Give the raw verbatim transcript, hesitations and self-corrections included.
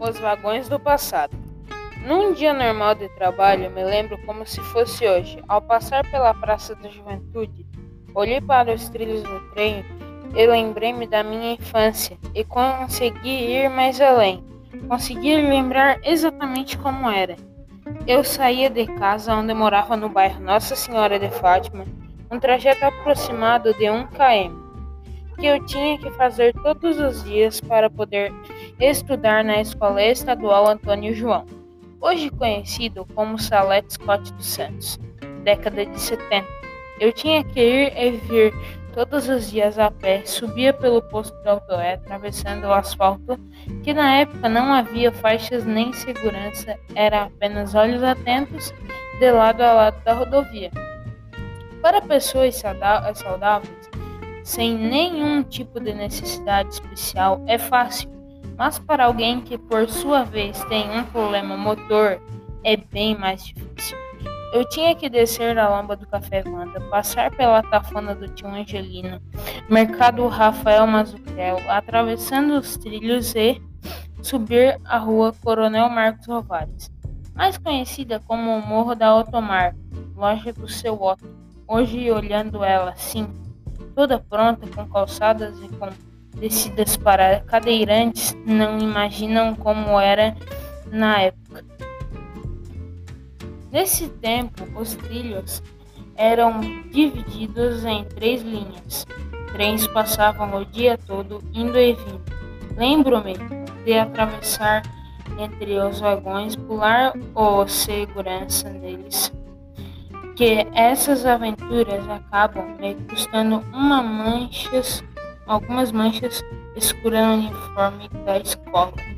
Os vagões do passado. Num dia normal de trabalho, me lembro como se fosse hoje. Ao passar pela Praça da Juventude, olhei para os trilhos do trem e lembrei-me da minha infância e consegui ir mais além. Consegui lembrar exatamente como era. Eu saía de casa onde morava no bairro Nossa Senhora de Fátima, um trajeto aproximado de um quilômetro, que eu tinha que fazer todos os dias para poder estudar na Escola Estadual Antônio João, hoje conhecido como Salete Scott dos Santos, década de setenta. Eu tinha que ir e vir todos os dias a pé, subia pelo posto de Autoé, atravessando o asfalto, que na época não havia faixas nem segurança, era apenas olhos atentos de lado a lado da rodovia. Para pessoas saudáveis, sem nenhum tipo de necessidade especial, é fácil, mas para alguém que por sua vez tem um problema motor, é bem mais difícil. Eu tinha que descer a lomba do Café Wanda, passar pela tafona do Tio Angelino, Mercado Rafael Mazuquel, atravessando os trilhos e subir a rua Coronel Marcos Rovares, mais conhecida como o Morro da Otomar, loja do seu Otto. Hoje, olhando ela assim, toda pronta, com calçadas e com descidas para cadeirantes, não imaginam como era na época. Nesse tempo, os trilhos eram divididos em três linhas. Trens passavam o dia todo indo e vindo. Lembro-me de atravessar entre os vagões, pular o segurança neles, que essas aventuras acabam me custando uma manchas, algumas manchas escuras no uniforme da escola.